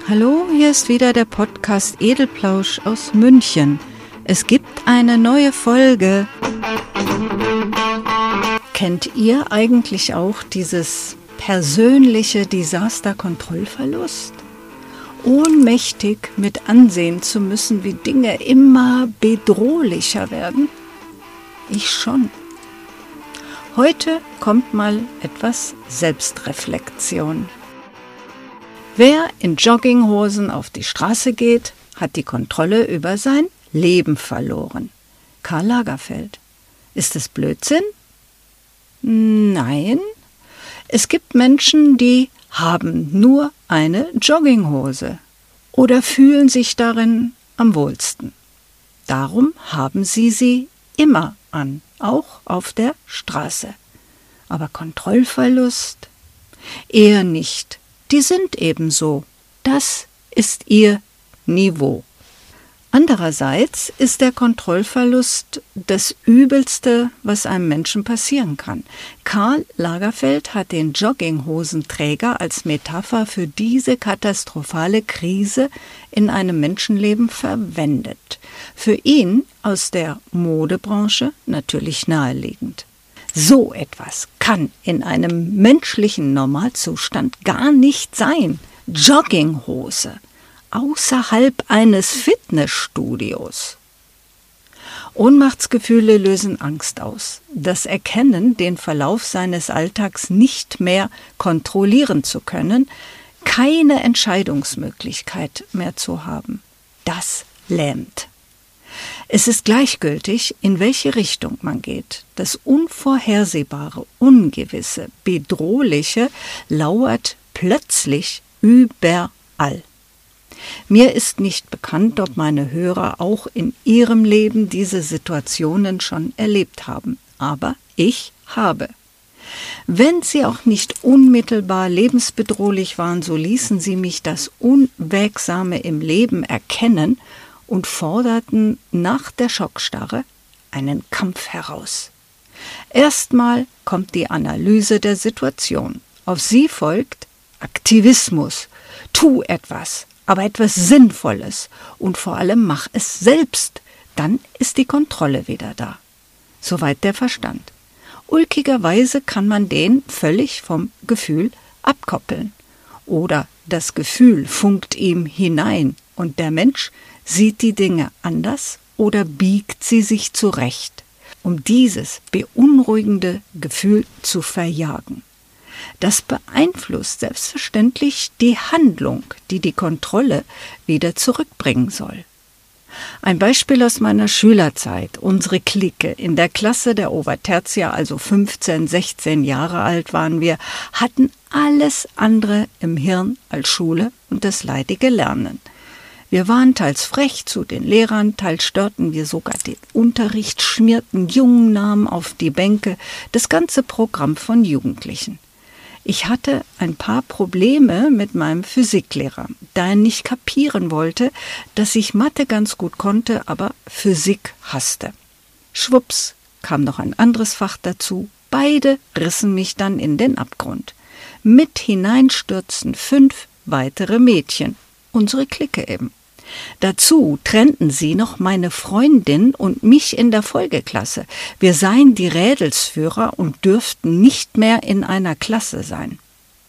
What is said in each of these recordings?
Hallo, hier ist wieder der Podcast Edelplausch aus München. Es gibt eine neue Folge. Kennt ihr eigentlich auch dieses persönliche Desasterkontrollverlust? Ohnmächtig mit ansehen zu müssen, wie Dinge immer bedrohlicher werden? Ich schon. Heute kommt mal etwas Selbstreflexion. Wer in Jogginghosen auf die Straße geht, hat die Kontrolle über sein Leben verloren. Karl Lagerfeld. Ist es Blödsinn? Nein. Es gibt Menschen, die haben nur eine Jogginghose oder fühlen sich darin am wohlsten. Darum haben sie immer an, auch auf der Straße. Aber Kontrollverlust? Eher nicht. Die sind ebenso. Das ist ihr Niveau. Andererseits ist der Kontrollverlust das Übelste, was einem Menschen passieren kann. Karl Lagerfeld hat den Jogginghosenträger als Metapher für diese katastrophale Krise in einem Menschenleben verwendet. Für ihn aus der Modebranche natürlich naheliegend. So etwas kann in einem menschlichen Normalzustand gar nicht sein. Jogginghose außerhalb eines Fitnessstudios. Ohnmachtsgefühle lösen Angst aus. Das Erkennen, den Verlauf seines Alltags nicht mehr kontrollieren zu können, keine Entscheidungsmöglichkeit mehr zu haben, das lähmt. Es ist gleichgültig, in welche Richtung man geht. Das Unvorhersehbare, Ungewisse, Bedrohliche lauert plötzlich überall. Mir ist nicht bekannt, ob meine Hörer auch in ihrem Leben diese Situationen schon erlebt haben. Aber ich habe. Wenn sie auch nicht unmittelbar lebensbedrohlich waren, so ließen sie mich das Unwägsame im Leben erkennen und forderten nach der Schockstarre einen Kampf heraus. Erstmal kommt die Analyse der Situation. Auf sie folgt Aktivismus. Tu etwas, aber etwas Sinnvolles und vor allem mach es selbst. Dann ist die Kontrolle wieder da. Soweit der Verstand. Ulkigerweise kann man den völlig vom Gefühl abkoppeln. Oder das Gefühl funkt ihm hinein und der Mensch sieht die Dinge anders oder biegt sie sich zurecht, um dieses beunruhigende Gefühl zu verjagen. Das beeinflusst selbstverständlich die Handlung, die die Kontrolle wieder zurückbringen soll. Ein Beispiel aus meiner Schülerzeit. Unsere Clique in der Klasse der Obertertia, also 15, 16 Jahre alt waren wir, hatten alles andere im Hirn als Schule und das leidige Lernen. Wir waren teils frech zu den Lehrern, teils störten wir sogar den Unterricht, schmierten Jungennamen auf die Bänke, das ganze Programm von Jugendlichen. Ich hatte ein paar Probleme mit meinem Physiklehrer, da er nicht kapieren wollte, dass ich Mathe ganz gut konnte, aber Physik hasste. Schwupps kam noch ein anderes Fach dazu, beide rissen mich dann in den Abgrund. Mit hinein stürzten 5 weitere Mädchen, unsere Clique eben. Dazu trennten sie noch meine Freundin und mich in der Folgeklasse. Wir seien die Rädelsführer und dürften nicht mehr in einer Klasse sein.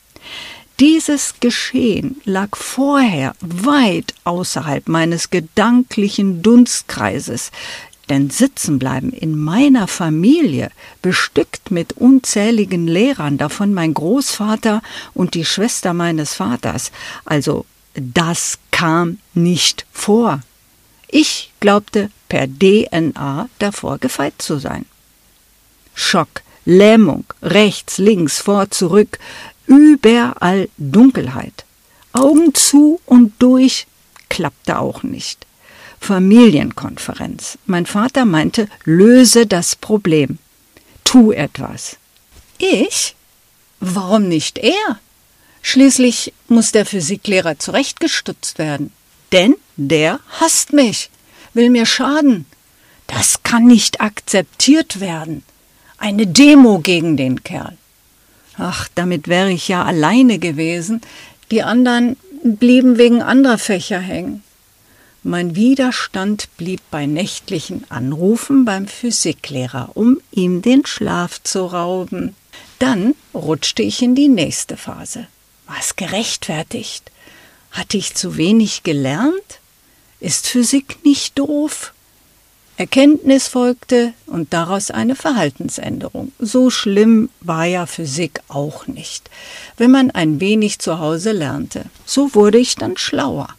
Dieses Geschehen lag vorher weit außerhalb meines gedanklichen Dunstkreises, denn Sitzenbleiben in meiner Familie, bestückt mit unzähligen Lehrern, davon mein Großvater und die Schwester meines Vaters, also das kam nicht vor. Ich glaubte per DNA davor gefeit zu sein. Schock, Lähmung, rechts, links, vor, zurück, überall Dunkelheit. Augen zu und durch, klappte auch nicht. Familienkonferenz. Mein Vater meinte, löse das Problem. Tu etwas. Ich? Warum nicht er? Schließlich muss der Physiklehrer zurechtgestutzt werden. Denn der hasst mich, will mir schaden. Das kann nicht akzeptiert werden. Eine Demo gegen den Kerl. Ach, damit wäre ich ja alleine gewesen. Die anderen, blieben wegen anderer Fächer hängen. Mein Widerstand blieb bei nächtlichen Anrufen beim Physiklehrer, um ihm den Schlaf zu rauben. Dann rutschte ich in die nächste Phase. War es gerechtfertigt? Hatte ich zu wenig gelernt? Ist Physik nicht doof? Erkenntnis folgte und daraus eine Verhaltensänderung. So schlimm war ja Physik auch nicht, wenn man ein wenig zu Hause lernte. So wurde ich dann schlauer.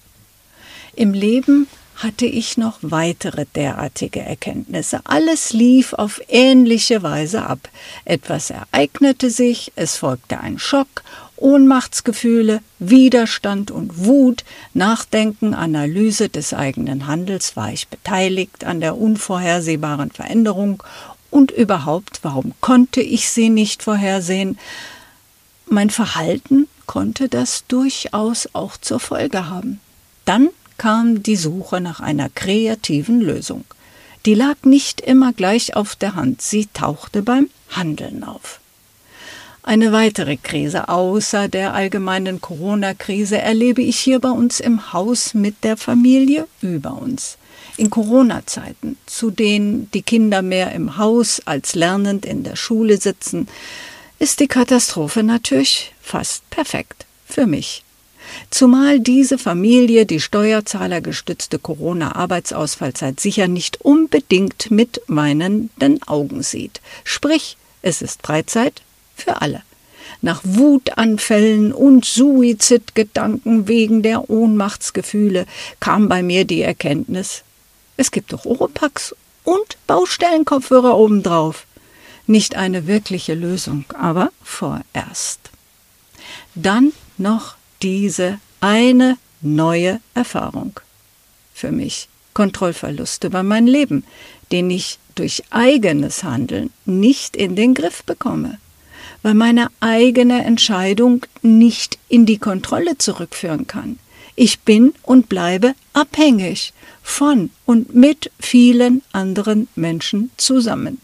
Im Leben hatte ich noch weitere derartige Erkenntnisse. Alles lief auf ähnliche Weise ab. Etwas ereignete sich, es folgte ein Schock, Ohnmachtsgefühle, Widerstand und Wut, Nachdenken, Analyse des eigenen Handels, war ich beteiligt an der unvorhersehbaren Veränderung und überhaupt, warum konnte ich sie nicht vorhersehen? Mein Verhalten konnte das durchaus auch zur Folge haben. Dann kam die Suche nach einer kreativen Lösung. Die lag nicht immer gleich auf der Hand, sie tauchte beim Handeln auf. Eine weitere Krise außer der allgemeinen Corona-Krise erlebe ich hier bei uns im Haus mit der Familie über uns. In Corona-Zeiten, zu denen die Kinder mehr im Haus als lernend in der Schule sitzen, ist die Katastrophe natürlich fast perfekt für mich. Zumal diese Familie die steuerzahlergestützte Corona-Arbeitsausfallzeit sicher nicht unbedingt mit weinenden Augen sieht. Sprich, es ist Freizeit für alle. Nach Wutanfällen und Suizidgedanken wegen der Ohnmachtsgefühle kam bei mir die Erkenntnis, es gibt doch Oropax und Baustellenkopfhörer obendrauf. Nicht eine wirkliche Lösung, aber vorerst. Dann noch diese eine neue Erfahrung. Für mich Kontrollverlust über mein Leben, den ich durch eigenes Handeln nicht in den Griff bekomme, weil meine eigene Entscheidung nicht in die Kontrolle zurückführen kann. Ich bin und bleibe abhängig von und mit vielen anderen Menschen zusammen.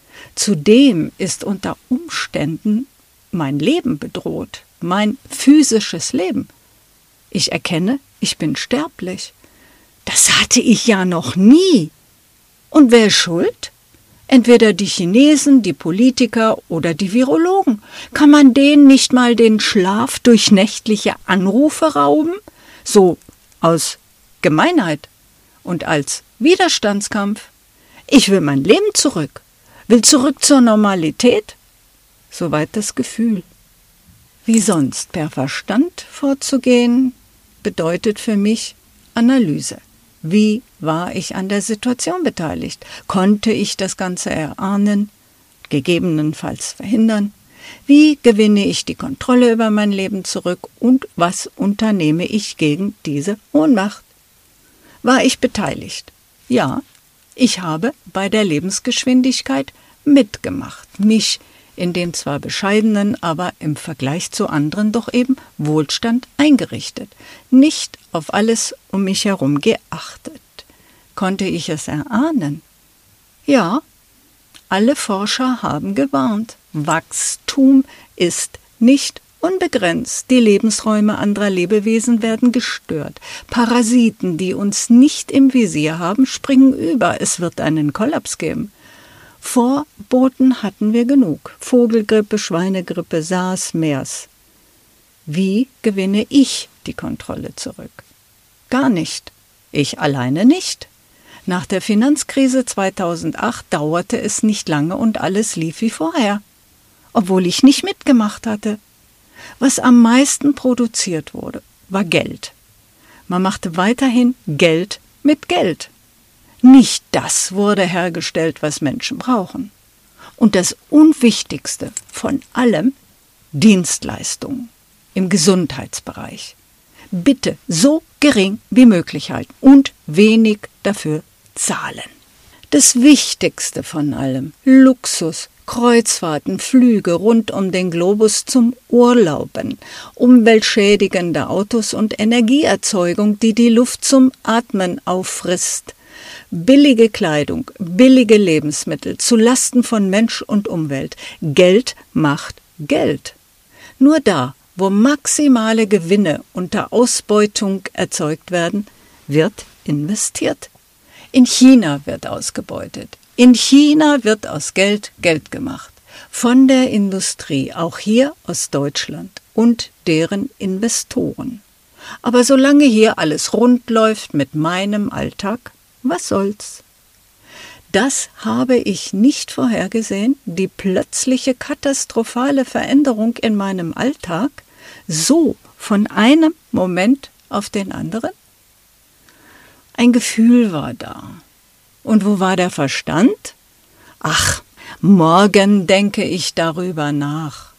Zudem ist unter Umständen mein Leben bedroht, mein physisches Leben. Ich erkenne, ich bin sterblich. Das hatte ich ja noch nie. Und wer ist schuld? Entweder die Chinesen, die Politiker oder die Virologen. Kann man denen nicht mal den Schlaf durch nächtliche Anrufe rauben? So aus Gemeinheit und als Widerstandskampf. Ich will mein Leben zurück, will zurück zur Normalität. Soweit das Gefühl. Wie sonst per Verstand vorzugehen, bedeutet für mich Analyse. Wie war ich an der Situation beteiligt? Konnte ich das Ganze erahnen, gegebenenfalls verhindern? Wie gewinne ich die Kontrolle über mein Leben zurück und was unternehme ich gegen diese Ohnmacht? War ich beteiligt? Ja, ich habe bei der Lebensgeschwindigkeit mitgemacht, mich in dem zwar bescheidenen, aber im Vergleich zu anderen doch eben Wohlstand eingerichtet, nicht auf alles um mich herum geachtet. Konnte ich es erahnen? Ja, alle Forscher haben gewarnt. Wachstum ist nicht unbegrenzt. Die Lebensräume anderer Lebewesen werden gestört. Parasiten, die uns nicht im Visier haben, springen über. Es wird einen Kollaps geben. Vorboten hatten wir genug. Vogelgrippe, Schweinegrippe, SARS, MERS. Wie gewinne ich die Kontrolle zurück? Gar nicht. Ich alleine nicht. Nach der Finanzkrise 2008 dauerte es nicht lange und alles lief wie vorher, obwohl ich nicht mitgemacht hatte. Was am meisten produziert wurde, war Geld. Man machte weiterhin Geld mit Geld. Nicht das wurde hergestellt, was Menschen brauchen. Und das Unwichtigste von allem, Dienstleistungen im Gesundheitsbereich. Bitte so gering wie möglich halten und wenig dafür zahlen. Das Wichtigste von allem, Luxus, Kreuzfahrten, Flüge rund um den Globus zum Urlauben, umweltschädigende Autos und Energieerzeugung, die die Luft zum Atmen auffrisst. Billige Kleidung, billige Lebensmittel zu Lasten von Mensch und Umwelt. Geld macht Geld. Nur da, wo maximale Gewinne unter Ausbeutung erzeugt werden, wird investiert. In China wird ausgebeutet. In China wird aus Geld Geld gemacht. Von der Industrie, auch hier aus Deutschland und deren Investoren. Aber solange hier alles rund läuft mit meinem Alltag, was soll's? Das habe ich nicht vorhergesehen, die plötzliche katastrophale Veränderung in meinem Alltag, so von einem Moment auf den anderen. Ein Gefühl war da. Und wo war der Verstand? Ach, morgen denke ich darüber nach.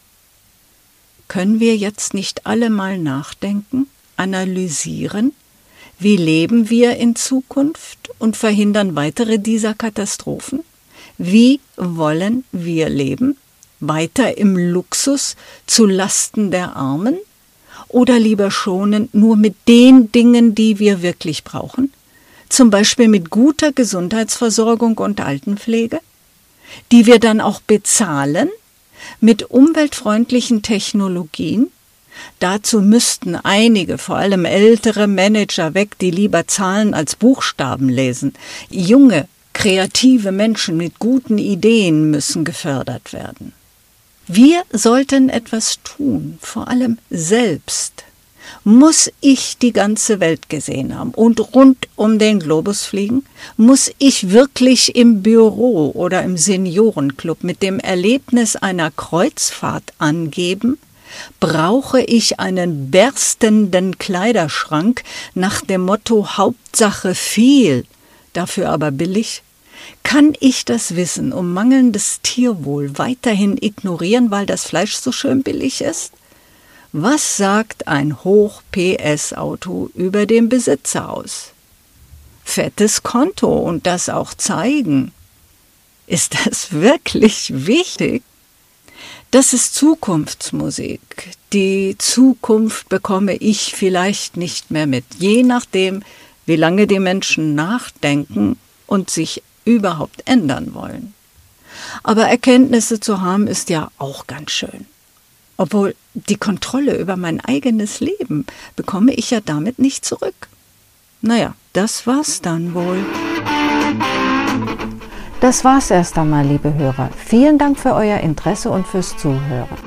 Können wir jetzt nicht alle mal nachdenken, analysieren? Wie leben wir in Zukunft und verhindern weitere dieser Katastrophen? Wie wollen wir leben? Weiter im Luxus zu Lasten der Armen? Oder lieber schonend nur mit den Dingen, die wir wirklich brauchen? Zum Beispiel mit guter Gesundheitsversorgung und Altenpflege, die wir dann auch bezahlen, mit umweltfreundlichen Technologien. Dazu müssten einige, vor allem ältere Manager weg, die lieber Zahlen als Buchstaben lesen. Junge, kreative Menschen mit guten Ideen müssen gefördert werden. Wir sollten etwas tun, vor allem selbst. Muss ich die ganze Welt gesehen haben und rund um den Globus fliegen? Muss ich wirklich im Büro oder im Seniorenclub mit dem Erlebnis einer Kreuzfahrt angeben? Brauche ich einen berstenden Kleiderschrank nach dem Motto Hauptsache viel, dafür aber billig? Kann ich das Wissen um mangelndes Tierwohl weiterhin ignorieren, weil das Fleisch so schön billig ist? Was sagt ein Hoch-PS-Auto über den Besitzer aus? Fettes Konto und das auch zeigen. Ist das wirklich wichtig? Das ist Zukunftsmusik. Die Zukunft bekomme ich vielleicht nicht mehr mit, je nachdem, wie lange die Menschen nachdenken und sich überhaupt ändern wollen. Aber Erkenntnisse zu haben, ist ja auch ganz schön. Obwohl die Kontrolle über mein eigenes Leben bekomme ich ja damit nicht zurück. Naja, das war's dann wohl. Das war's erst einmal, liebe Hörer. Vielen Dank für euer Interesse und fürs Zuhören.